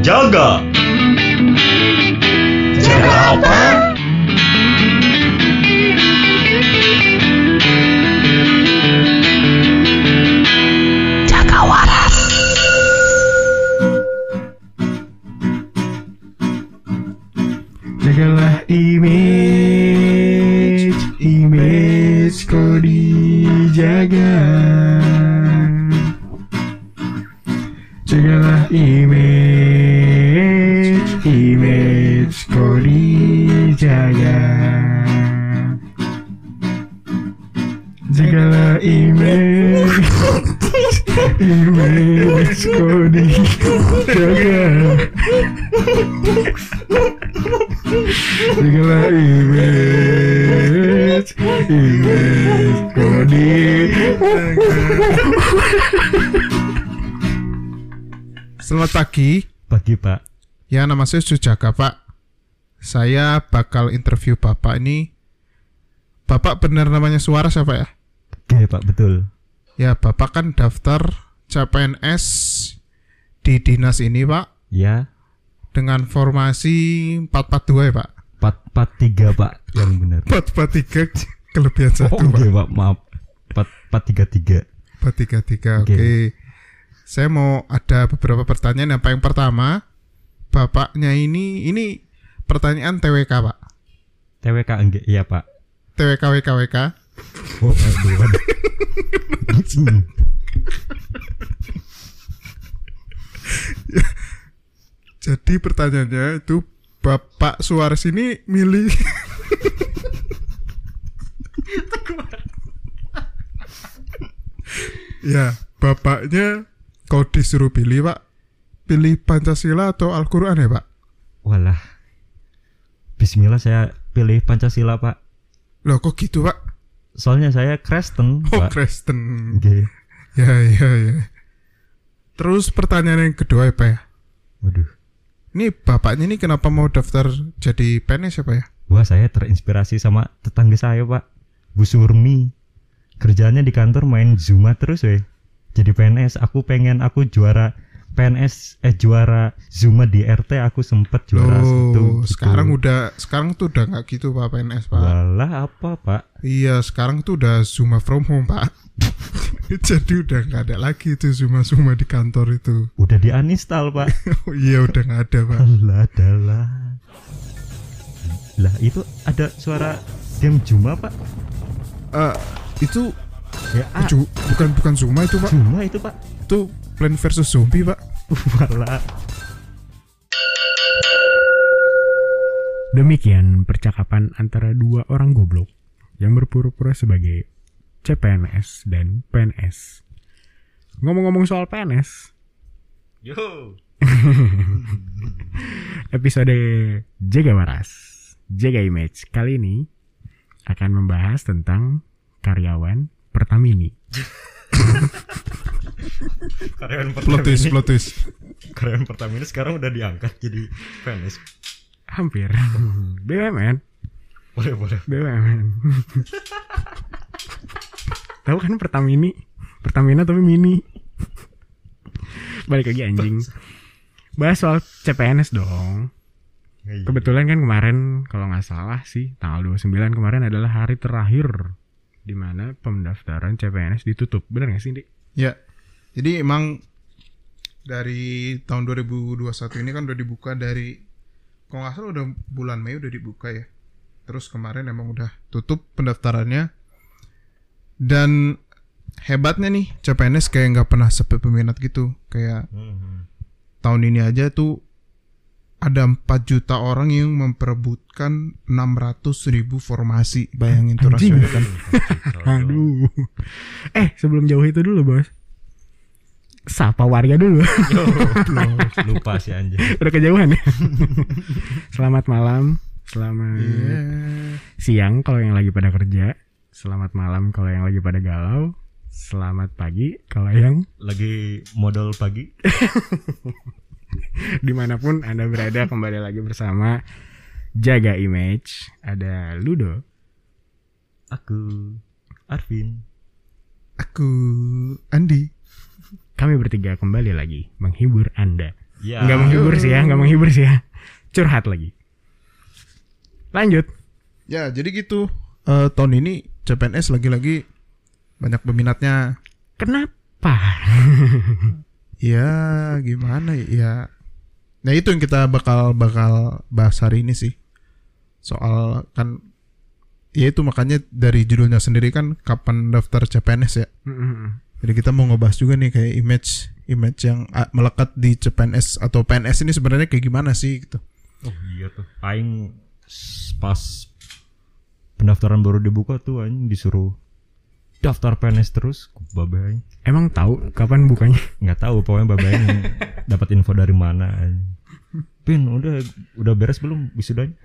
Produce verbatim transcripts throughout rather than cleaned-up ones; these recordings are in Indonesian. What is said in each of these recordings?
Jaga. Jaga apa? Jaga waras. Jagalah image, image kau dijaga. Jagalah image, image kau dijaga. Jagalah image, image kau dijaga. Jagalah image, image kau dijaga. Selamat pagi. Pagi Pak. Ya, nama saya Sujaka Pak. Saya bakal interview Bapak ini. Bapak benar namanya Suwaras ya Pak ya? Oke Pak, betul. Ya, Bapak kan daftar C P N S di dinas ini Pak. Ya. Dengan formasi empat empat dua ya Pak? empat empat tiga Pak, yang benar. empat empat tiga kelebihan satu Oh, Pak. oke Pak, maaf. empat empat tiga tiga. empat tiga tiga, oke. Oke. Okay. Saya mau ada beberapa pertanyaan. Yang paling pertama, Bapaknya ini, ini pertanyaan T W K Pak. T W K enggak? Iya Pak. T W K W K W K. Oh, aduh, aduh. Jadi pertanyaannya itu, Bapak Suwares ini milih ya, bapaknya kalau disuruh pilih Pak, pilih Pancasila atau Al-Quran ya Pak? Walah. Bismillah, saya pilih Pancasila Pak. Loh kok gitu Pak? Soalnya saya Kristen Oh Pak. Kristen. Oke. Ya ya ya. Terus pertanyaan yang kedua ya Pak ya. Waduh. Ini bapaknya ini kenapa mau daftar jadi P N S ya Pak ya? Wah, saya terinspirasi sama tetangga saya Pak, Bu Surmi. Kerjaannya di kantor main Zuma terus weh. Jadi P N S, aku pengen aku juara P N S eh juara Zuma di R T, aku sempet juara Loh, satu. sekarang udah sekarang tuh udah nggak gitu Pak P N S Pak. Walah, apa Pak? Iya, sekarang tuh udah Zuma from home Pak. Jadi udah nggak ada lagi tuh Zuma-Zuma di kantor itu. Udah di-uninstall Pak. Oh, iya udah nggak ada Pak. Alah, adalah. Lah, itu ada suara game Zuma Pak. Eh, itu Ya, ah, ju- bukan bukan Zuma itu Pak. Zuma itu Pak. Itu Plan versus Zombie Pak. Walah. Demikian percakapan antara dua orang goblok yang berpura-pura sebagai C P N S dan P N S. Ngomong-ngomong soal P N S, Yo. episode Jaga Waras, Jaga Image kali ini akan membahas tentang karyawan Pertamini. Karyawan Plot twist, plot twist. Karyawan Pertamina sekarang udah diangkat jadi P N S. Hampir. B U M N. Boleh, boleh. B U M N. Tahu kan Pertamini? Pertamina tapi mini. Balik lagi anjing. Bahas soal C P N S dong. Kebetulan kan kemarin kalau nggak salah sih tanggal dua puluh sembilan kemarin adalah hari terakhir di mana pendaftaran C P N S ditutup. Benar nggak sih, Dik? Ya. Jadi emang dari tahun dua ribu dua puluh satu ini kan udah dibuka dari, kalau nggak salah udah bulan Mei udah dibuka ya. Terus kemarin emang udah tutup pendaftarannya. Dan hebatnya nih C P N S kayak nggak pernah sepi peminat gitu. Kayak Hmm. tahun ini aja tuh ada empat juta orang yang memperebutkan enam ratus ribu formasi. Bayangin tuh Anjing. rasanya kan. Aduh. Eh, sebelum jauh itu dulu, Bos. Sapa warga dulu. Yo, lupa sih anjir. Udah kejauhan ya. Selamat malam, selamat Yeah. siang kalau yang lagi pada kerja, selamat malam kalau yang lagi pada galau, selamat pagi kalau yang Lagi modal pagi. dimanapun Anda berada. Kembali lagi bersama Jaga Image. Ada Ludo, Aku Arvin. Aku Andi. Kami bertiga kembali lagi menghibur Anda. Ya. Nggak menghibur sih ya, nggak menghibur sih ya. Curhat lagi. Lanjut. Ya, jadi gitu. Eh, tahun ini C P N S lagi-lagi banyak peminatnya. Kenapa? Ya, gimana ya? Nah, itu yang kita bakal bakal bahas hari ini sih. Soal kan ya itu makanya dari judulnya sendiri kan kapan daftar C P N S ya. Mm-mm. Jadi kita mau ngebahas juga nih kayak image image yang ah, melekat di C P N S atau P N S ini sebenarnya kayak gimana sih gitu. Oh iya tuh. Aing s- pas pendaftaran baru dibuka tuh aing disuruh daftar P N S terus. Babe aing Emang tahu kapan bukanya? nggak tahu, pokoknya babe aing dapat info dari mana aing. Pin, udah udah beres belum wisudanya?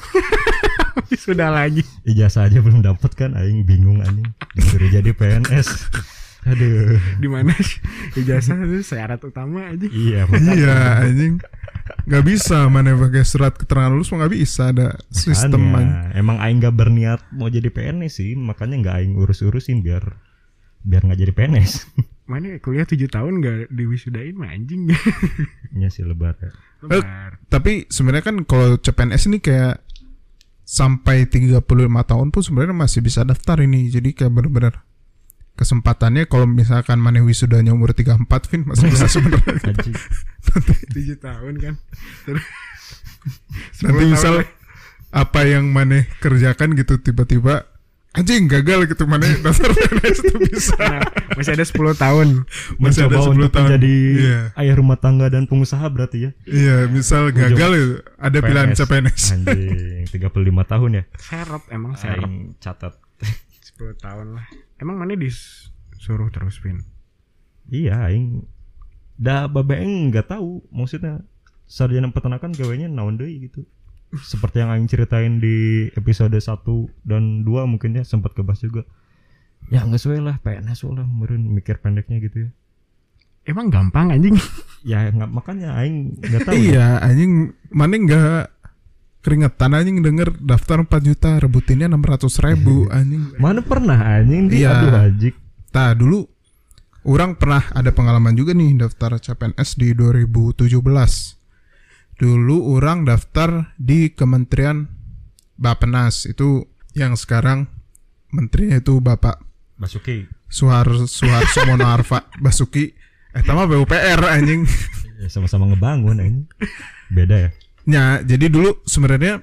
Sudah lagi. Ijazah aja belum dapat kan, aing bingung anjing. Disuruh jadi P N S. Aduh. Di mana sih? Ijazah itu syarat utama aja. Iya, makanya. Iya anjing. Gak bisa mana pakai surat keterangan lulus mau nggak bisa ada sistem Makanya, anjing. emang aing gak berniat mau jadi P N S sih, makanya nggak aing urus-urusin biar biar nggak jadi P N S. Mana kuliah tujuh tahun gak diwisudain mah anjing. Iya sih lebar ya. Lebar. Tapi sebenarnya kan kalau C P N S ini kayak sampai tiga puluh lima tahun pun sebenarnya masih bisa daftar ini. Jadi kayak benar-benar kesempatannya kalau misalkan mana wisudanya umur tiga puluh empat Vin masih bisa sebenarnya. Anjing. tujuh tahun kan. Terus Nanti sepuluh misal tahun. apa yang mana kerjakan gitu tiba-tiba anjing gagal gitu mana daftar P N S itu bisa. Nah, masih ada sepuluh tahun. Masih ada Mencoba sepuluh untuk tahun. menjadi Iya. ayah rumah tangga dan pengusaha berarti ya. Iya, misal gagal ya, ada pilihan C P N S. Anjing, tiga puluh lima tahun ya. Serap emang serap. Aing catat. sepuluh tahun lah. Emang mana disuruh terus Pin? Iya, aing da babe aing enggak tahu maksudnya sarjana peternakan gawenya naon deui gitu. Seperti yang aing ceritain di episode satu dan dua mungkin ya sempat kebahas juga. Ya enggak sesuai lah P N S lah meureun mikir pendeknya gitu ya. Emang gampang anjing. Ya enggak, makanya aing enggak tahu. ya. Iya, anjing mana enggak keringetan anjing denger daftar empat juta rebutinnya enam ratus ribu anjing. Mana pernah anjing di Iya. aduh ajik. Nah dulu orang pernah ada pengalaman juga nih daftar C P N S di dua ribu tujuh belas. Dulu orang daftar di Kementerian Bappenas, itu yang sekarang menterinya itu Bapak Basuki. Suhar Suharso Mono Arfa Basuki. Eh sama B U P R anjing. Ya, sama-sama ngebangun anjing. Beda ya. Ya, jadi dulu sebenarnya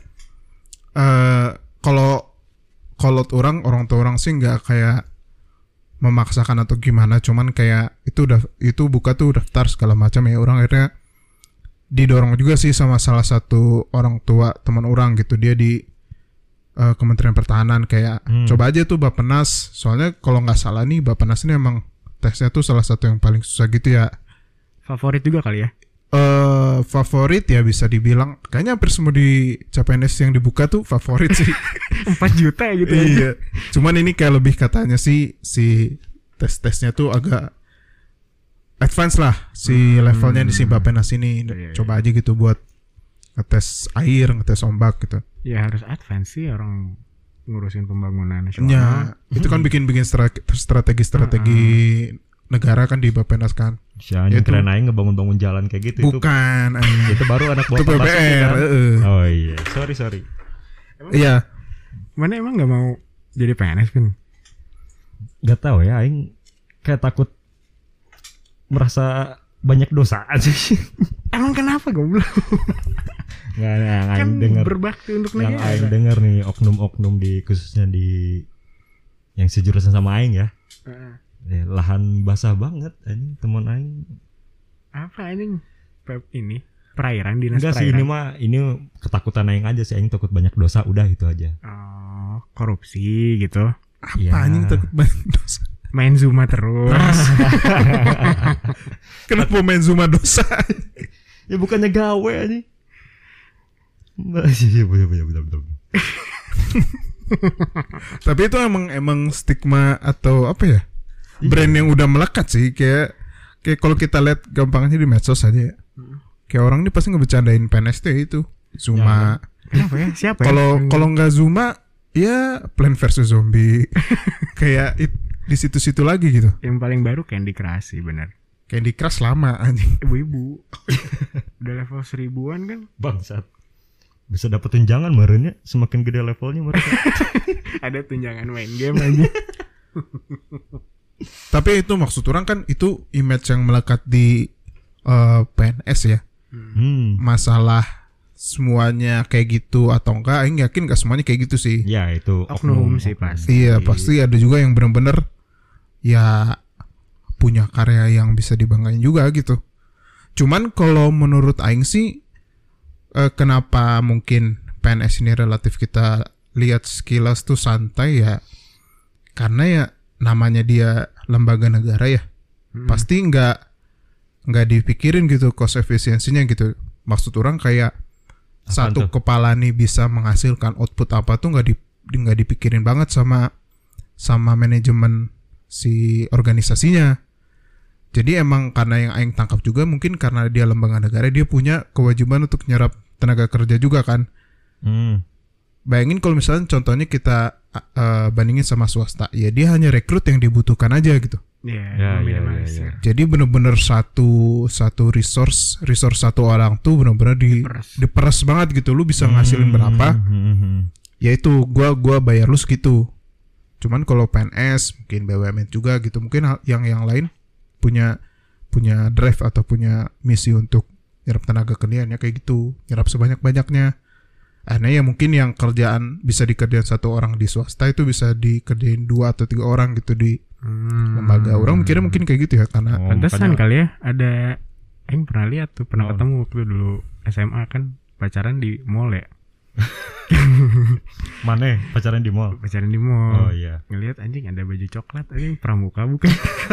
eh kalau kalau orang orang tua orang sih nggak kayak memaksakan atau gimana, cuman kayak itu udah itu buka tuh daftar segala macam ya, orang akhirnya didorong juga sih sama salah satu orang tua teman orang gitu, dia di uh, Kementerian Pertahanan kayak Hmm. coba aja tuh Bappenas, soalnya kalau nggak salah nih Bappenas ini emang tesnya tuh salah satu yang paling susah gitu ya. Favorit juga kali ya. Eh favorit ya bisa dibilang kayaknya hampir semua di C P N S yang dibuka tuh favorit sih. empat juta gitu. Iya. Cuman ini kayak lebih katanya sih si tes-tesnya tuh agak advance lah si Hmm. levelnya di si Bappenas ini. Iya, iya. Coba aja gitu buat ngetes air, ngetes ombak gitu. Ya harus advance sih orang ngurusin pembangunan nasional. Ya, itu kan bikin-bikin strate- strategi-strategi negara kan di Bappenas kan. Si anjing Itu- keren aing ngebangun-bangun jalan kayak gitu. Bukan, Itu, anjing. itu baru anak Itu buah P P R. heeh. Oh iya, sorry sorry. Iya. Mana emang nggak mau jadi P N S Pin? Gak tahu ya, aing kayak takut merasa banyak dosa aja sih. Emang kenapa goblok? Nggak, yang aing Kan denger, berbakti untuk yang negara. aing denger nih oknum-oknum di khususnya di yang sejurusan sama aing ya. Heeh. Eh, lahan basah banget anjing teman aing. Apa anjing? Pep ini perairan dinas Enggak sih, perairan. ini mah ini ketakutan aing aja sih, aing takut banyak dosa, udah itu aja. Oh, korupsi gitu. Apa Iya. anjing takut banyak dosa? Main Zuma terus. Kenapa main Zuma dosa? Ya bukannya gawe anjing. Iya, bener bener bener bener. Tapi itu emang emang stigma atau apa ya? Iya. Brand yang udah melekat sih, kayak kayak kalau kita lihat gampangnya di medsos aja ya. Kayak orang ini pasti ngebecandain P N S T itu Zuma. Kenapa ya? Siapa ya? Kalau Yang- kalau nggak Zuma ya Plan versus Zombie. Kayak it- di situ-situ lagi gitu. yang paling baru Candy Crush sih bener. Candy Crush lama anjing. Ibu-ibu. udah level seribuan kan. Bangsat. Bisa dapat tunjangan merenya semakin gede levelnya mereka. Ada tunjangan main game aja. Tapi itu maksud orang kan itu image yang melekat di uh, P N S ya. Hmm. Masalah semuanya kayak gitu atau enggak, Aing yakin gak semuanya kayak gitu sih. Ya itu Oknum sih pasti. Iya pasti ada juga yang benar-benar ya punya karya yang bisa dibanggain juga gitu. Cuman kalau menurut Aing sih eh, kenapa mungkin P N S ini relatif kita lihat sekilas tuh santai ya, karena ya namanya dia lembaga negara ya, hmm. pasti nggak nggak dipikirin gitu cost efisiensinya gitu. Maksud orang kayak apa satu tuh? Kepala nih bisa menghasilkan output apa tuh nggak di nggak dipikirin banget sama sama manajemen si organisasinya. Jadi emang karena yang Aing tangkap juga mungkin karena dia lembaga negara, dia punya kewajiban untuk nyerap tenaga kerja juga kan. Hmm. Bayangin kalau misalnya contohnya kita uh, bandingin sama swasta, ya dia hanya rekrut yang dibutuhkan aja gitu. Iya, ya, ya, ya, ya. Jadi benar-benar satu satu resource resource satu orang tuh benar-benar di diperas. diperas banget gitu. Lu bisa ngasilin hmm, berapa? Hmm, hmm. Ya itu gua gua bayar lu segitu. Cuman kalau P N S mungkin B U M N juga gitu, mungkin yang yang lain punya punya drive atau punya misi untuk nyerap tenaga kerjanya kayak gitu, nyerap sebanyak-banyaknya. Akhirnya ya mungkin yang kerjaan bisa dikerjain satu orang di swasta itu bisa dikerjain dua atau tiga orang gitu di hmm. lembaga. Orang mikirnya mungkin kayak gitu ya karena oh, pantesan kali ya ada Aing pernah lihat tuh pernah oh. ketemu waktu dulu S M A kan pacaran di mall ya. Mana pacaran di mall? Pacaran di mall. Oh iya. Ngelihat anjing ada baju coklat, anjing pramuka bukan?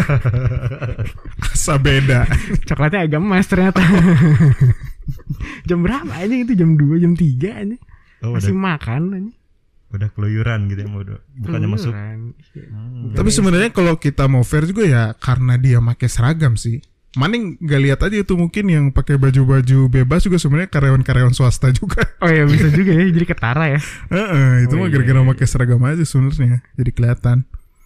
Asa beda. Coklatnya agak emas ternyata. Jam berapa anjing itu? Jam dua, jam tiga anjing. Oh, masih udah, makan anjing. Udah keluyuran gitu ya, udah bukannya masuk. Hmm. Tapi sebenarnya kalau kita mau fair juga ya karena dia pakai seragam sih. Maning gak lihat aja itu mungkin yang pakai baju-baju bebas juga sebenarnya karyawan-karyawan swasta juga. Oh ya bisa juga ya, jadi ketara ya. Heeh, itu oh, mah iya, gara-gara iya. pakai seragam aja sebenarnya, jadi kelihatan.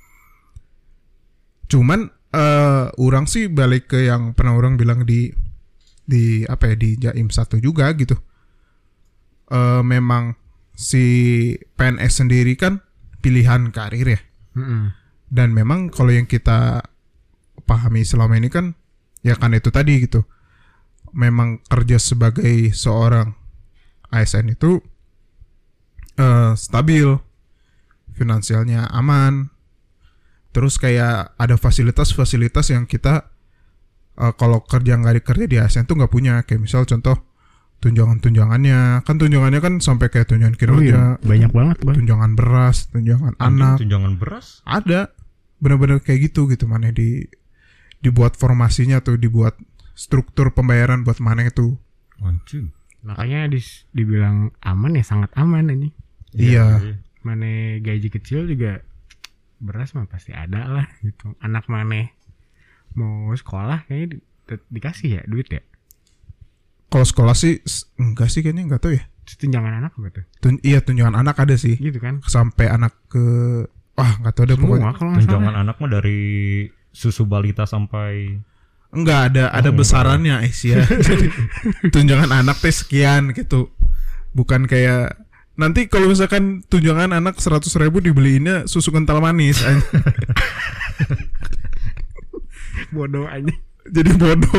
Cuman uh, orang sih balik ke yang pernah orang bilang di di apa ya di Jaim satu juga gitu. Uh, memang si P N S sendiri kan pilihan karir ya. Mm-hmm. Dan memang kalau yang kita pahami selama ini kan ya kan itu tadi gitu. Memang kerja sebagai seorang A S N itu uh, stabil, finansialnya aman. Terus kayak ada fasilitas-fasilitas yang kita uh, kalau kerja nggak dikerja di A S N tuh nggak punya. Kayak misal contoh tunjangan-tunjangannya, kan tunjangannya kan sampai kayak tunjangan kinerja, oh iya, banyak banget, bang. Tunjangan beras, tunjangan Anjing, anak. Tunjangan beras? Ada, benar-benar kayak gitu gitu mana di dibuat formasinya tuh, dibuat struktur pembayaran buat mana itu. Anjing. Makanya di, dibilang aman ya, sangat aman ini. Iya. Ya, mana gaji kecil juga beras mah pasti ada lah gitu. Anak mana mau sekolah kayaknya di, di, dikasih ya duit ya. Kalau sekolah sih enggak sih kayaknya, enggak tahu ya. Tunjangan anak apa tuh? Tun, iya tunjangan anak ada sih. Gitu kan. Sampai anak ke wah enggak tahu deh pokoknya. Tunjangan salah. Anak mah dari susu balita sampai enggak ada oh, ada besarannya Asia. Jadi tunjangan anak teh sekian gitu. Bukan kayak nanti kalau misalkan tunjangan anak seratus ribu dibeliinnya susu kental manis. Bodoh aja. Jadi bodoh.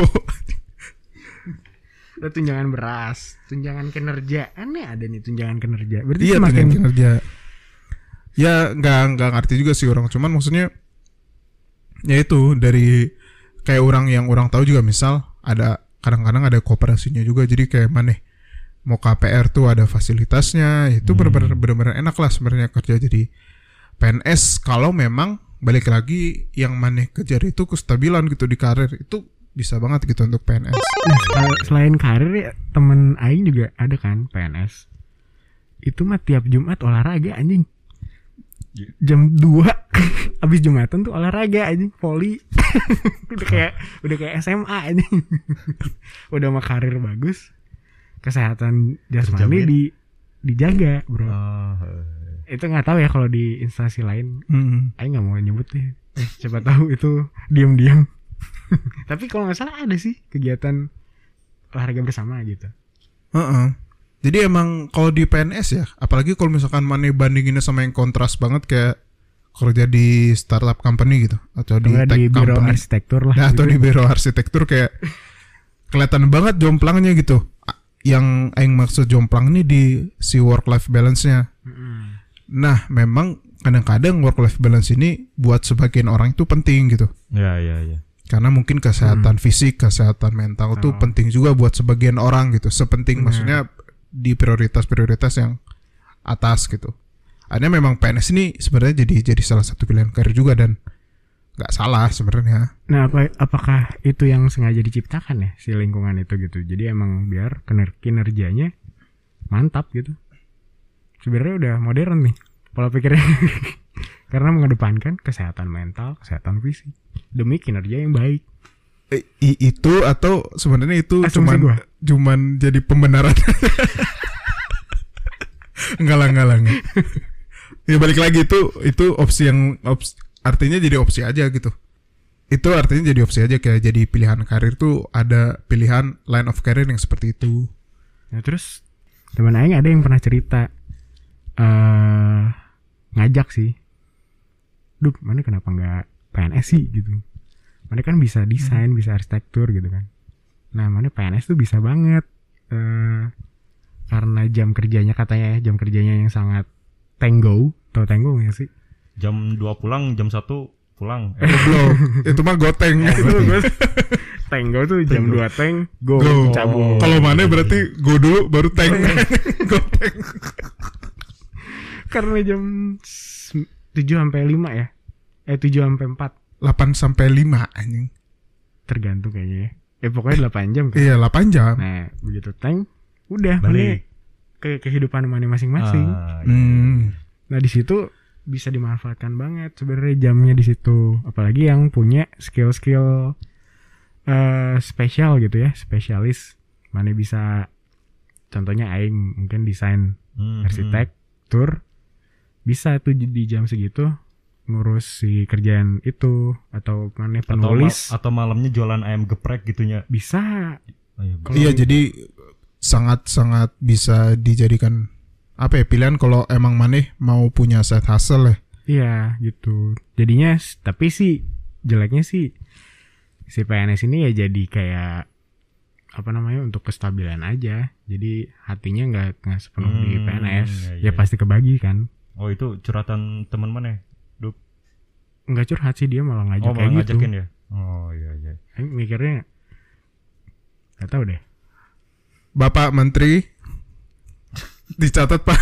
Ada tunjangan beras, tunjangan kinerja, aneh ada nih tunjangan kinerja. Berarti iya, semakin tunjangan kinerja. Ya nggak nggak ngerti juga sih orang, cuman maksudnya ya itu dari kayak orang yang orang tahu juga, misal ada kadang-kadang ada kooperasinya juga, jadi kayak mana mau K P R tuh ada fasilitasnya, itu hmm. benar-benar benar-benar enak lah sebenarnya kerja jadi P N S kalau memang balik lagi yang mana kejar itu kestabilan gitu di karir, itu bisa banget gitu untuk P N S. Nah, selain karir ya, temen Aing juga ada kan P N S. Itu mah tiap Jumat olahraga anjing. Jam dua abis Jumatan tuh olahraga anjing, voli. Udah kayak udah kayak S M A anjing. Udah mah karir bagus. Kesehatan jasmani di dijaga, Bro. Oh. Itu enggak tahu ya kalau di instansi lain. Mm-hmm. Aing enggak mau nyebut deh. Eh, siapa tahu itu diam-diam. Tapi kalau nggak salah ada sih kegiatan olahraga bersama gitu. Heeh. Jadi emang kalau di P N S ya, apalagi kalau misalkan mana bandinginnya sama yang kontras banget kayak kerja di startup company gitu atau di Atau tech di biro company arsitektur lah. nah, atau gitu. di biro arsitektur kayak kelihatan banget jomplangnya gitu. Yang aing maksud jomplang ini di si work life balance-nya. Mm-mm. Nah, memang kadang-kadang work life balance ini buat sebagian orang itu penting gitu. Ya ya ya. Karena mungkin kesehatan fisik, kesehatan mental tuh Oh. penting juga buat sebagian orang gitu. Sepenting Bener. maksudnya di prioritas-prioritas yang atas gitu. Akhirnya memang P N S ini sebenarnya jadi jadi salah satu pilihan karir juga dan nggak salah sebenarnya. Nah, apa, apakah itu yang sengaja diciptakan ya si lingkungan itu gitu? Jadi emang biar kiner- kinerjanya mantap gitu. Sebenarnya udah modern nih pola pikirnya. Karena mengedepankan kesehatan mental, kesehatan fisik demi kinerja yang baik. Eh, i- itu atau sebenarnya itu Asumsi cuman gua. cuman jadi pembenaran. Enggak lah, enggak lah. enggak. Ya balik lagi itu itu opsi yang opsi, artinya jadi opsi aja gitu. Itu artinya jadi opsi aja kayak jadi pilihan karir tuh ada pilihan line of career yang seperti itu. Nah terus teman aing ada yang pernah cerita eh ngajak sih, Duh, mana kenapa nggak P N S sih gitu? Mana kan bisa desain, bisa arsitektur gitu kan. Nah mana P N S tuh bisa banget eh karena jam kerjanya katanya ya, jam kerjanya yang sangat tenggo, tau tenggo nggak sih? Jam dua pulang, jam satu pulang. Eh, Goblok. Itu mah goteng. Tenggo tuh jam Tenggo. dua teng, go, Go. cabut. Kalau mana berarti go dulu baru teng. Goteng. Karena jam tujuh sampai lima ya. Eh tujuh sampai empat delapan sampai lima anjing. tergantung kayaknya ya. Eh pokoknya delapan jam kan. Iya, delapan jam. Nah, begitu tank udah Balik. mana ke kehidupan mana masing-masing. ah, iya. Hmm. Nah, di situ bisa dimanfaatkan banget sebenarnya jamnya di situ. Apalagi yang punya skill-skill eh spesial gitu ya, spesialis. Mana bisa contohnya aing mungkin desain Hmm, arsitektur bisa tuh di di jam segitu ngurus si kerjaan itu atau mana hmm. Atau, penulis ma- atau malamnya jualan ayam geprek gitunya. bisa. Oh, iya, Kalau- Iya, jadi sangat-sangat bisa dijadikan apa ya pilihan kalau emang maneh mau punya side hustle ya. Iya gitu. Jadinya s- tapi sih jeleknya sih si P N S ini ya jadi kayak apa namanya untuk kestabilan aja. Jadi hatinya nggak nggak sepenuh di Hmm, P N S. iya, Ya iya. pasti kebagi kan. Oh itu curhatan teman mana? Dup. Nggak curhat sih dia malah ngajak Oh kayak malah gitu. ngajakin ya? Oh iya iya. Aing mikirnya nggak tahu deh. Bapak Menteri dicatat Pak.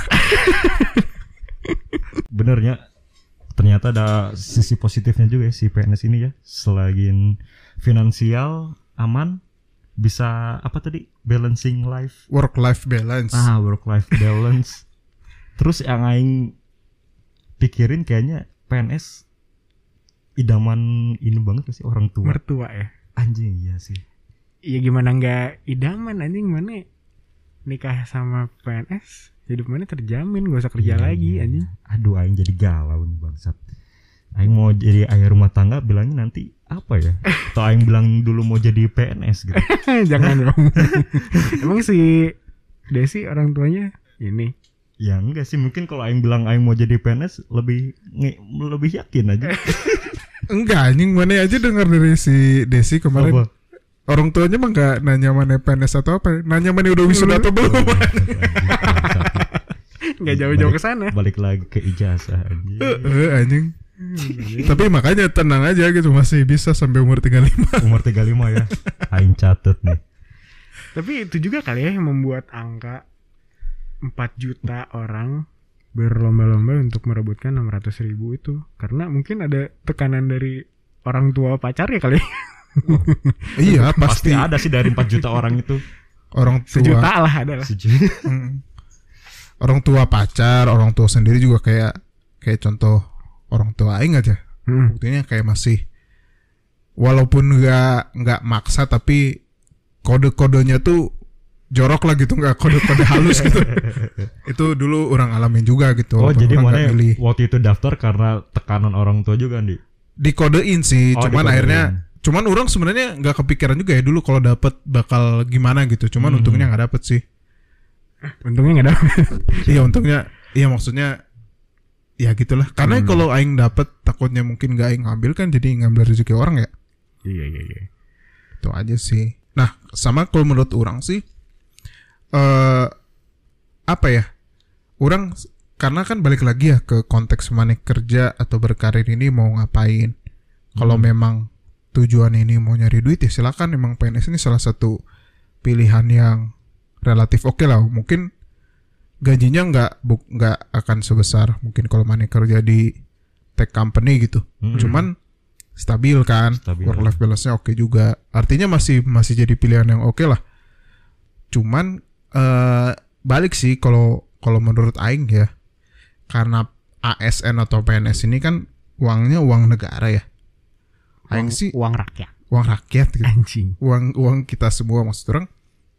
Benernya ternyata ada sisi positifnya juga ya si P N S ini ya. Selain finansial aman, bisa apa tadi balancing life, Work life balance. ah work life balance. Terus yang aing pikirin kayaknya P N S idaman ini banget gak sih orang tua. Mertua ya. Anjing iya sih. Iya gimana nggak idaman anjing mana nikah sama P N S hidup mana terjamin gak usah kerja Iya, lagi iya. anjing. Aduh aing jadi galau nih bangsat. Aing mau jadi ayah rumah tangga bilangnya nanti apa ya? Atau aing bilang dulu mau jadi P N S gitu. Jangan dong. Emang si Desi orang tuanya ini Ya enggak sih, mungkin kalau aing bilang aing mau jadi P N S lebih nge- lebih yakin aja. Enggak, anjing mana aja dengar dari si Desi kemarin. Apa? Orang tuanya mah enggak nanya mana P N S atau apa. Nanya mana udah wisuda atau belum. nggak jauh-jauh ke sana. Balik lagi ke ijazah anjing. Eh, anjing. Tapi makanya tenang aja gitu, masih bisa sampai umur tiga puluh lima. Umur tiga puluh lima ya. Aing catet nih. Tapi itu juga kali ya yang membuat angka empat juta orang berlomba-lomba untuk merebutkan enam ratus ribu itu. Karena mungkin ada tekanan dari orang tua pacarnya kali ya. Iya, Pasti pasti. ada sih dari empat juta orang itu. Orang tua. Sejuta lah ada lah. Sejuta. Mm. Orang tua pacar, orang tua sendiri juga kayak kayak contoh orang tua aing aja. Hmm. Buktinya kayak masih walaupun nggak nggak maksa tapi kode-kodenya tuh jorok lah gitu, nggak kode-kode halus gitu. Itu dulu orang alamin juga gitu. Oh walaupun jadi orang mana nggak milih. waktu itu daftar karena tekanan orang tua juga Di? Dikodein sih, Oh, cuman dikodein. akhirnya Cuman orang sebenarnya nggak kepikiran juga ya dulu kalau dapet bakal gimana gitu. Cuman Hmm. untungnya nggak dapet sih. Untungnya nggak dapet. Iya untungnya, iya maksudnya ya gitulah. Karena Hmm. kalau aing dapet takutnya mungkin gak aing ngambil kan jadi ngambil rezeki orang ya. Iya iya iya. Itu aja sih. Nah sama kalau menurut orang sih, eh apa ya? Orang karena kan balik lagi ya ke konteks mana kerja atau berkarir ini mau ngapain. Kalau Hmm. memang tujuan ini mau nyari duit ya silakan. Memang P N S ini salah satu pilihan yang relatif oke lah. Mungkin gajinya nggak bu- nggak akan sebesar mungkin kalau mana kerja di tech company gitu. Hmm. Cuman stabil kan, Stabil. work life balance-nya oke juga. Artinya masih masih jadi pilihan yang oke lah. Cuman eh balik sih kalau kalau menurut aing ya, karena A S N atau P N S ini kan uangnya uang negara ya. Aing Uang, sih uang rakyat. uang rakyat gitu. Anjing. Uang uang kita semua maksud orang.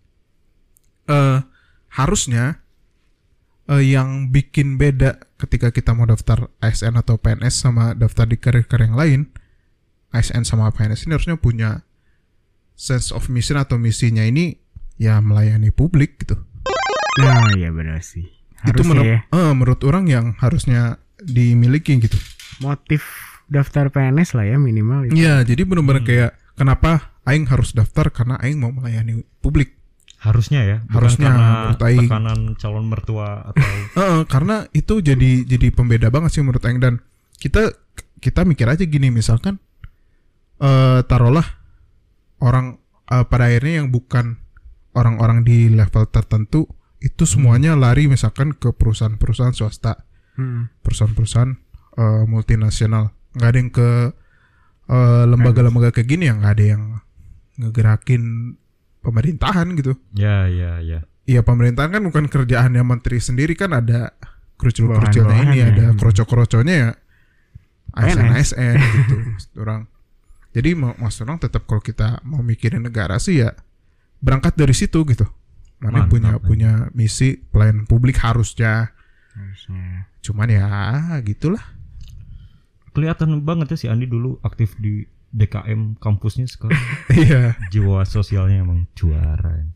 Eh harusnya eh, yang bikin beda ketika kita mau daftar A S N atau P N S sama daftar di karir-karir yang lain, A S N sama P N S ini harusnya punya sense of mission atau misinya ini ya melayani publik gitu. Nah iya benar sih. Itu Harusnya menurut ya. eh, menurut orang yang harusnya dimiliki gitu. Motif daftar P N S lah ya minimal itu. Iya, jadi benar-benar Hmm. kayak kenapa aing harus daftar karena aing mau melayani publik. Harusnya ya, bukan Harusnya, karena menurut Aing. tekanan calon mertua atau Heeh, karena itu jadi jadi pembeda banget sih menurut aing. Dan kita kita mikir aja gini, misalkan eh taruhlah orang eh, pada akhirnya yang bukan orang-orang di level tertentu itu semuanya lari misalkan ke perusahaan-perusahaan swasta, Hmm. perusahaan-perusahaan eh, multinasional. Nggak ada yang ke eh, lembaga-lembaga kayak gini, yang nggak ada yang ngegerakin pemerintahan gitu. ya ya ya. Iya, pemerintahan kan bukan kerjaannya menteri sendiri, kan ada kerucil-kerucilnya ini, Bawahan-bawahannya. ada kroco-kroconya ya. A S N A P N S. S N gitu maksud orang. Jadi mau- maksud orang tetap kalau kita mau mikirin negara sih ya berangkat dari situ gitu. Mana Mantap, punya man. punya misi pelayanan publik harusnya. Harusnya. Cuman ya gitulah. Kelihatan banget ya si Andi dulu aktif di D K M kampusnya sekarang. Iya. Jiwa sosialnya emang juara.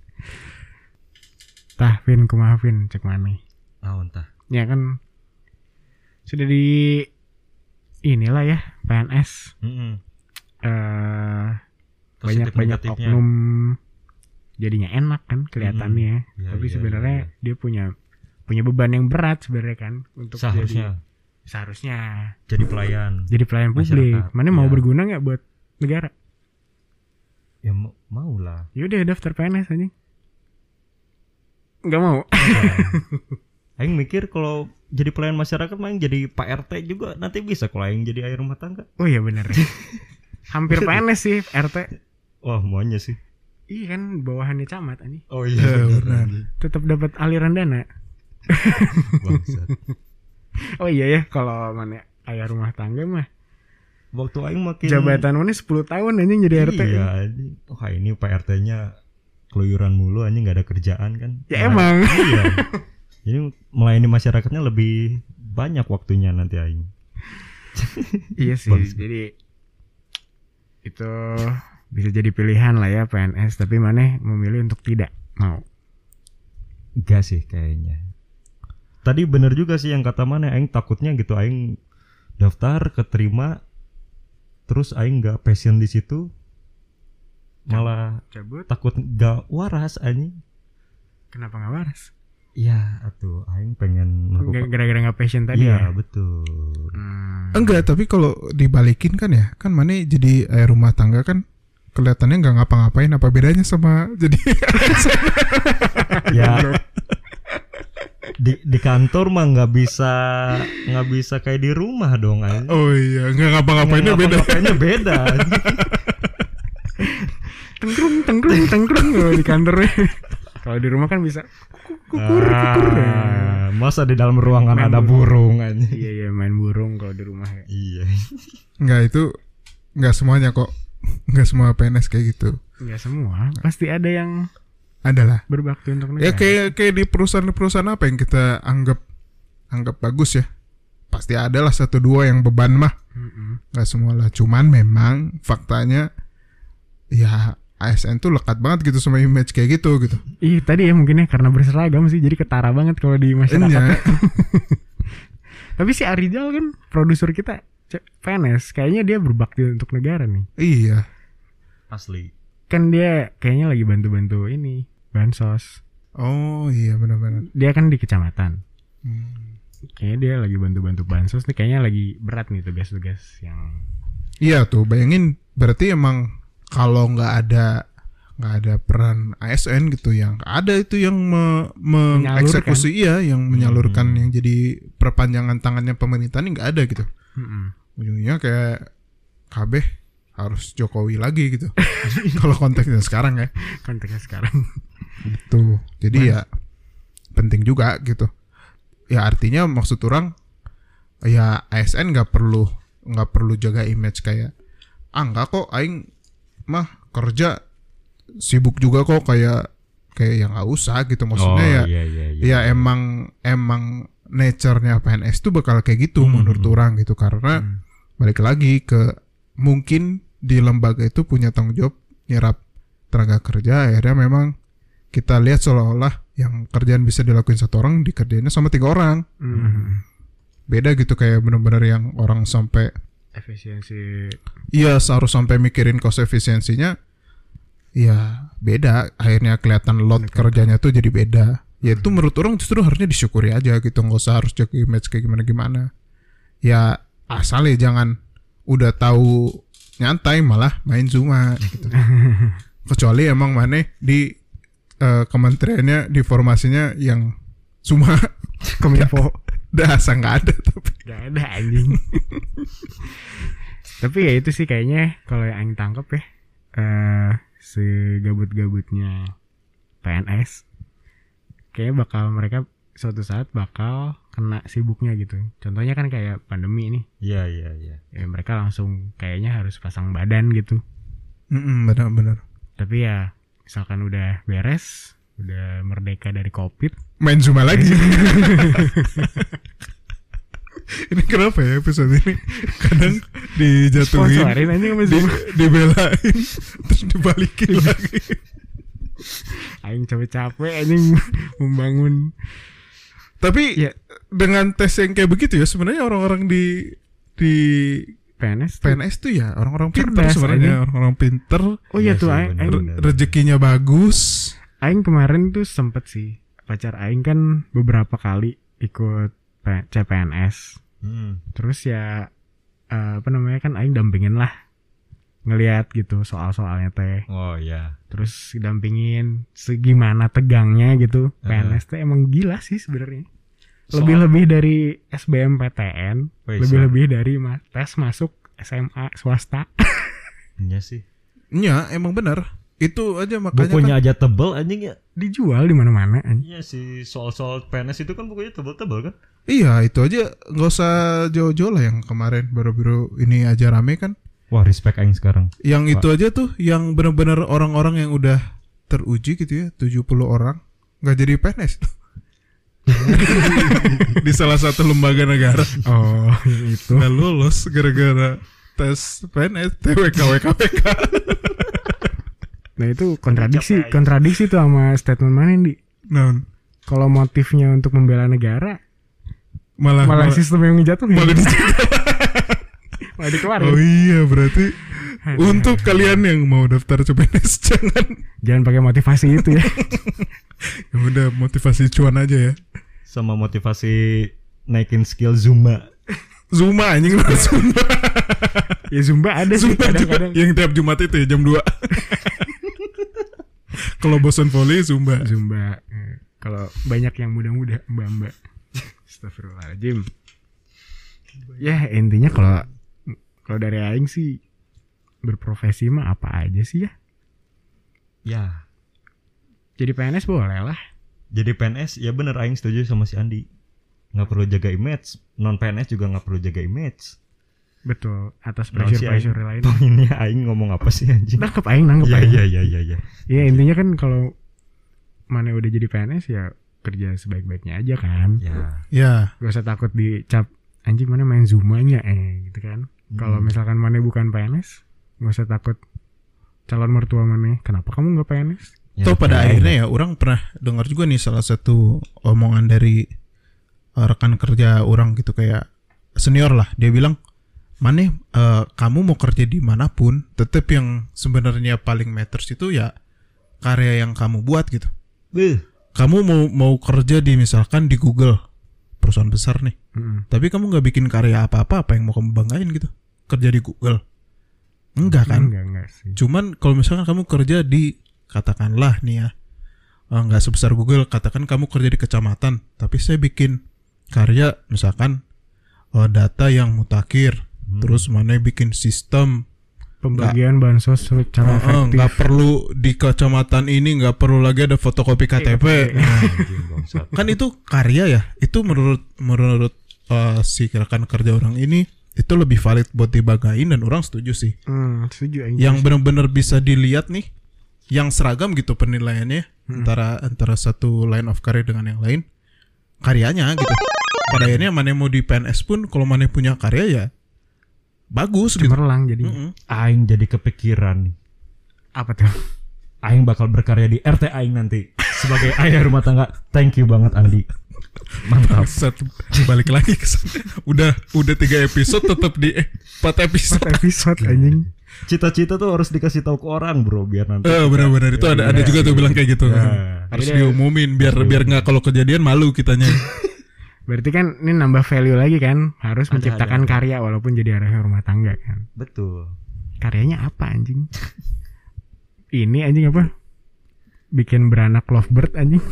Tah Vin kumaha Vin cek mana? Ah, entah. Ya kan sudah di inilah ya P N S Mm-mm. eh Positif banyak-banyak negatifnya. oknum jadinya enak kan kelihatannya. Hmm. Ya, Tapi iya, sebenarnya iya, iya. dia punya punya beban yang berat sebenarnya kan untuk Seharusnya jadi seharusnya jadi pelayan. jadi pelayan publik. Masyarakat, Mana mau iya. berguna nggak buat negara? Ya mau, mau lah. Yaudah daftar P N S aja. Nggak mau. Aing mikir kalau jadi pelayan masyarakat main jadi Pak R T juga nanti bisa kalau aing jadi air rumah tangga. Oh iya bener. Hampir P N S sih R T. Wah, maunya sih. Iya kan bawahannya camat ani. Oh iya, benar. Tetap dapat aliran dana. Bangsat. Oh iya ya kalau mana ayah rumah tangga mah Waktu aing makin jabatan mana sepuluh tahun anjing jadi R T. Iya, anjing. Wah, ini Pak R T-nya keluyuran mulu anjing, enggak ada kerjaan kan. Ya Nah, emang. Iya. Jadi melayani masyarakatnya lebih banyak waktunya nanti aing. Iya sih. Bagus. Jadi itu bisa jadi pilihan lah ya P N S, tapi mana memilih untuk tidak mau. Enggak sih kayaknya. Tadi bener juga sih yang kata mana aing takutnya gitu aing daftar keterima terus aing enggak passion di situ malah Cabut. takut enggak waras anjing. Kenapa nggak waras? Iya, atuh aing pengen Nggak- melakukan. Gara-gara nggak passion tadi Iya, ya. betul. Hmm. Enggak, tapi kalau dibalikin kan ya, kan mana jadi ayah rumah tangga kan kelihatannya nggak ngapa-ngapain, apa bedanya sama jadi Ya. di di kantor mah nggak bisa nggak bisa kayak di rumah dong anjing. oh iya, nggak ngapa-ngapainnya beda. Ngapa-ngapainnya beda. Tengkrung tengkrung tengkrung kalau di kantornya. Kalau di rumah kan bisa kukur kukur. Ah, masa di dalam ruangan Main ada burung anjing. Iya iya main burung kalau di rumah ya. Iya. Nggak, itu nggak semuanya kok, nggak semua P N S kayak gitu. Enggak semua, pasti ada yang Adalah. berbakti untuk negara. Ya kayak kayak di perusahaan-perusahaan apa yang kita anggap anggap bagus ya. Pasti ada lah satu dua yang beban mah. Mm-mm. Nggak semua lah. Cuman memang faktanya ya A S N tuh lekat banget gitu sama image kayak gitu gitu. Ih tadi ya mungkin ya karena berseragam sih jadi ketara banget kalau di masyarakat. Iya. Tapi si Arijal kan produser kita P N S, kayaknya dia berbakti untuk negara nih. Iya. Asli. Kan dia kayaknya lagi bantu-bantu ini bansos. Oh iya benar-benar. Dia kan di kecamatan. Hmm. Kayaknya dia lagi bantu-bantu bansos nih, kayaknya lagi berat nih tugas-tugas yang. Iya tuh, bayangin berarti emang kalau nggak ada nggak ada peran A S N gitu yang ada itu yang me, mengeksekusi iya yang menyalurkan hmm. yang jadi perpanjangan tangannya pemerintah ini nggak ada gitu. Mm-mm. Ujungnya kayak K B harus Jokowi lagi gitu. Kalau konteksnya sekarang ya. Konteksnya sekarang. Gitu. Jadi ya penting juga gitu. Ya artinya maksud orang ya A S N nggak perlu nggak perlu jaga image kayak ah nggak kok aing mah kerja sibuk juga kok kayak kayak yang nggak usah gitu maksudnya oh, ya iya, iya, iya. ya emang emang nature-nya P N S tuh bakal kayak gitu Hmm. menurut orang gitu karena Hmm. balik lagi ke mungkin di lembaga itu punya tanggung jawab nyerap tenaga kerja akhirnya memang kita lihat seolah-olah yang kerjaan bisa dilakuin satu orang dikerjainnya sama tiga orang. Mm. Beda gitu kayak benar-benar yang orang sampai Efisiensi. iya harus sampai mikirin cost efisiensinya. Ya beda akhirnya kelihatan load kerjanya tuh jadi beda. Ya itu menurut orang justru harusnya disyukuri aja gitu, nggak usah harus jaga image kayak gimana-gimana. Ya asal ya jangan udah tahu nyantai malah main Zuma gitu. Kecuali emang mana di uh, kementeriannya di formasinya yang Zuma Kominfo. dasar nggak ada tapi. Gak ada anjing. Tapi ya itu sih kayaknya kalau yang Aing tangkep ya eh segabut-gabutnya P N S kayaknya bakal mereka suatu saat bakal kena sibuknya gitu. Contohnya kan kayak pandemi nih. Iya iya iya. Ya mereka langsung kayaknya harus pasang badan gitu. Mm-mm, benar-benar. Tapi ya misalkan udah beres, udah merdeka dari Covid, Main Zuma lagi. Ini kenapa ya episode ini kadang dijatuhin, sponsorin aja sama di, Zuma. dibelain, terus dibalikin lagi. Aing capek-capek anjing membangun. Tapi Ya. dengan tes yang kayak begitu ya sebenarnya orang-orang di di P N S P N S tuh ya orang-orang pinter Cerdas, sebenarnya, anjing. orang-orang pinter, Oh iya Iya tuh sih, Aing, bener, Aing, bener. rezekinya bagus. Aing kemarin tuh sempet sih pacar Aing kan beberapa kali ikut P- C P N S. Hmm. Terus ya eh, apa namanya kan Aing dampingin lah ngelihat gitu soal-soalnya teh. Oh iya. Terus dampingin segimana tegangnya gitu. P N S tuh emang gila sih sebenarnya. Lebih-lebih dari S B M P T N, Wih, lebih-lebih dari ma- tes masuk S M A swasta. Iya sih. Iya emang benar. Itu aja makanya Bukunya kan, aja tebel anjing ya. Dijual di mana-mana anjing. Iya sih, soal-soal P N S itu kan bukunya tebel-tebel kan. iya itu aja nggak usah jauh-jauh lah yang kemarin baru-baru ini aja rame kan. Wah, respect aing sekarang. Yang itu aja tuh yang benar-benar orang-orang yang udah teruji gitu ya, tujuh puluh orang nggak jadi P N S tuh. Di salah satu lembaga negara Oh, yang itu. nggak lulus gara-gara tes P N S, T W K W K W K. Nah itu kontradiksi, kontradiksi tuh sama statement mana di. Nah, Kalau motifnya untuk membela negara, malah malah, malah, sistem yang menjatuhin. malah di- Malah dikeluarin. Oh iya berarti Aduh. untuk kalian yang mau daftar C P N S jangan Jangan pakai motivasi itu ya. ya udah motivasi cuan aja ya. Sama motivasi naikin skill Zumba. Zuma anjing lu Zumba. Ya Zumba ada sih Zumba juga kadang-kadang. yang tiap Jumat itu ya jam dua. Kalau bosan volley Zumba. Zumba. Eh, Kalau banyak yang muda-muda, mbak-mbak. Astagfirullahaladzim. Ya intinya kalau kalau dari Aing sih berprofesi mah apa aja sih ya. Ya. Jadi P N S boleh lah. Jadi P N S ya bener aing setuju sama si Andi. Nggak perlu jaga image. Non P N S juga nggak perlu jaga image. Betul. Atas Nah, si pressure-pressure Aing- lain. Ini aing ngomong apa sih anjing? Nangkep Aing, nangkep Iya Aing. iya iya iya iya. Ya intinya kan kalau mana udah jadi P N S ya kerja sebaik-baiknya aja kan. Ya. Ya. Gak usah takut dicap anjing mana main Zumanya eh gitu kan. Kalau Hmm. misalkan mana bukan P N S, gak usah takut calon mertua mana, kenapa kamu nggak P N S? Ya, Toh pada kayak akhirnya ya orang pernah dengar juga nih salah satu omongan dari uh, rekan kerja orang gitu, kayak senior lah, dia bilang, Maneh uh, kamu mau kerja dimanapun, tetap yang sebenarnya paling matters itu ya karya yang kamu buat gitu. Beuh. Kamu mau mau kerja di misalkan di Google, perusahaan besar nih, Hmm. tapi kamu nggak bikin karya apa-apa, apa yang mau kamu banggain gitu? Kerja di Google, enggak kan? Enggak enggak sih. Cuman kalau misalkan kamu kerja di, katakanlah nih ya, eh, nggak sebesar Google, katakan kamu kerja di kecamatan, tapi saya bikin karya misalkan eh, data yang mutakhir, Hmm. terus mana bikin sistem, Pembagian bansos secara eh, eh, efektif. nggak perlu di kecamatan ini nggak perlu lagi ada fotokopi K T P. Nah, Anjing, bangsat. kan itu karya ya, itu menurut menurut eh, si rekan kerja orang ini itu lebih valid buat dibanggain, dan orang setuju sih. Hmm, setuju aja. Yang benar-benar bisa dilihat nih, yang seragam gitu penilaiannya, Hmm. antara antara satu line of career dengan yang lain, karyanya gitu. Pada akhirnya mana mau di P N S pun kalau mana punya karya ya bagus gitu. cemerlang jadi. Mm-mm. Aing jadi kepikiran nih. Apa tuh? Aing bakal berkarya di R T Aing nanti sebagai ayah rumah tangga. Thank you banget Andi. Mantap. Set, balik lagi ke sana. Udah udah tiga episode tetap di eh, empat episode. Empat episode anjing. Cita-cita tuh harus dikasih tahu ke orang bro biar nanti. Eh benar-benar itu ada ada juga tuh bilang kayak gitu. Ya. Harus Jadi- diumumin biar biar nggak kalau kejadian malu kitanya. Berarti kan ini nambah value lagi kan, harus Ada, menciptakan ada. karya walaupun jadi ayah rumah tangga kan. Betul. Karyanya apa anjing? Ini anjing apa? Bikin beranak lovebird anjing.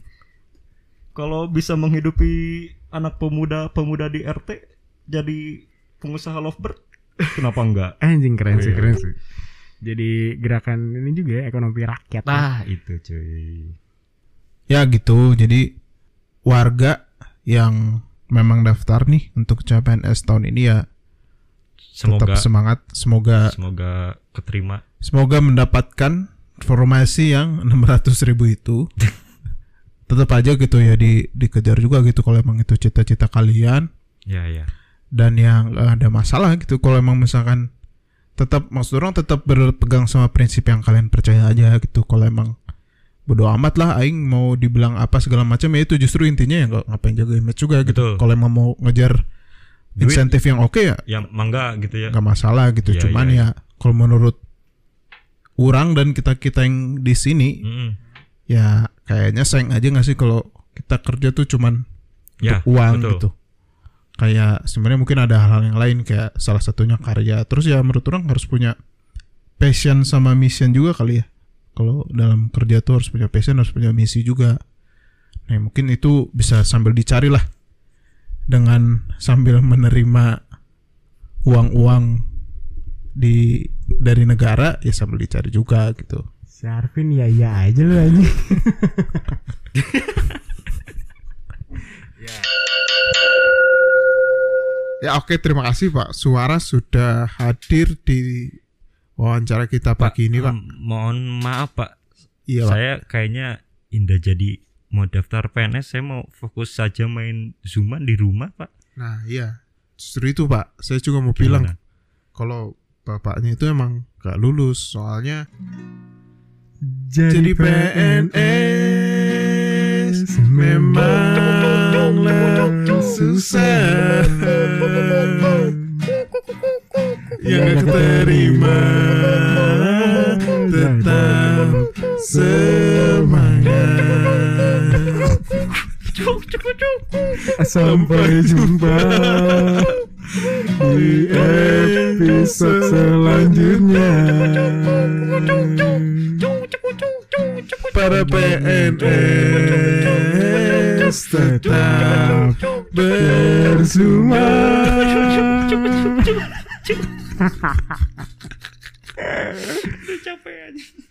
Kalau bisa menghidupi anak pemuda-pemuda di R T jadi pengusaha lovebird, kenapa enggak? Anjing keren sih, Iya. keren sih. Jadi gerakan ini juga ya, ekonomi rakyat. Nah, itu cuy. Ya gitu. Jadi warga yang memang daftar nih untuk C P N S tahun ini ya Semoga tetap semangat. Semoga semoga keterima. semoga mendapatkan formasi yang enam ratus ribu itu. Tetap aja gitu ya di dikejar juga gitu kalau emang itu cita-cita kalian, Ya ya. dan yang gak ada masalah gitu kalau emang misalkan tetap, maksud orang tetap berpegang sama prinsip yang kalian percaya aja gitu. Kalau emang bodo amat lah aing mau dibilang apa segala macam, ya itu justru intinya ya nggak ngapain jaga image juga gitu. Betul. Kalau emang mau ngejar Duit. insentif yang oke ya Yang mangga gitu ya. nggak masalah gitu. Iya, Cuman iya. ya kalau menurut orang dan kita kita yang di sini Mm-mm. ya kayaknya sayang aja nggak sih kalau kita kerja tuh cuman Ya, untuk uang betul. gitu. Kayak sebenarnya mungkin ada hal-hal yang lain, kayak salah satunya karya. Terus ya menurut orang harus punya passion sama mission juga kali ya. Kalau dalam kerja tuh harus punya passion, harus punya misi juga. Nah mungkin itu bisa sambil dicari lah, dengan sambil menerima uang-uang di dari negara ya sambil dicari juga gitu. Si Arvin ya ya aja lu anjing. Ya oke, terima kasih Pak Suara sudah hadir di wawancara kita pagi ini Pak. em, mohon maaf Pak. Iya Pak. Saya kayaknya indah jadi mau daftar P N S, saya mau fokus saja main Zuman di rumah Pak. Nah iya, justru itu Pak. Saya juga mau Gimana? bilang kalau bapaknya itu emang gak lulus, soalnya jadi P N S memanglah susah, yang gak terima tetap semangat. Sampai jumpa di episode selanjutnya. Para P N S tetap bersuma. Capek aja.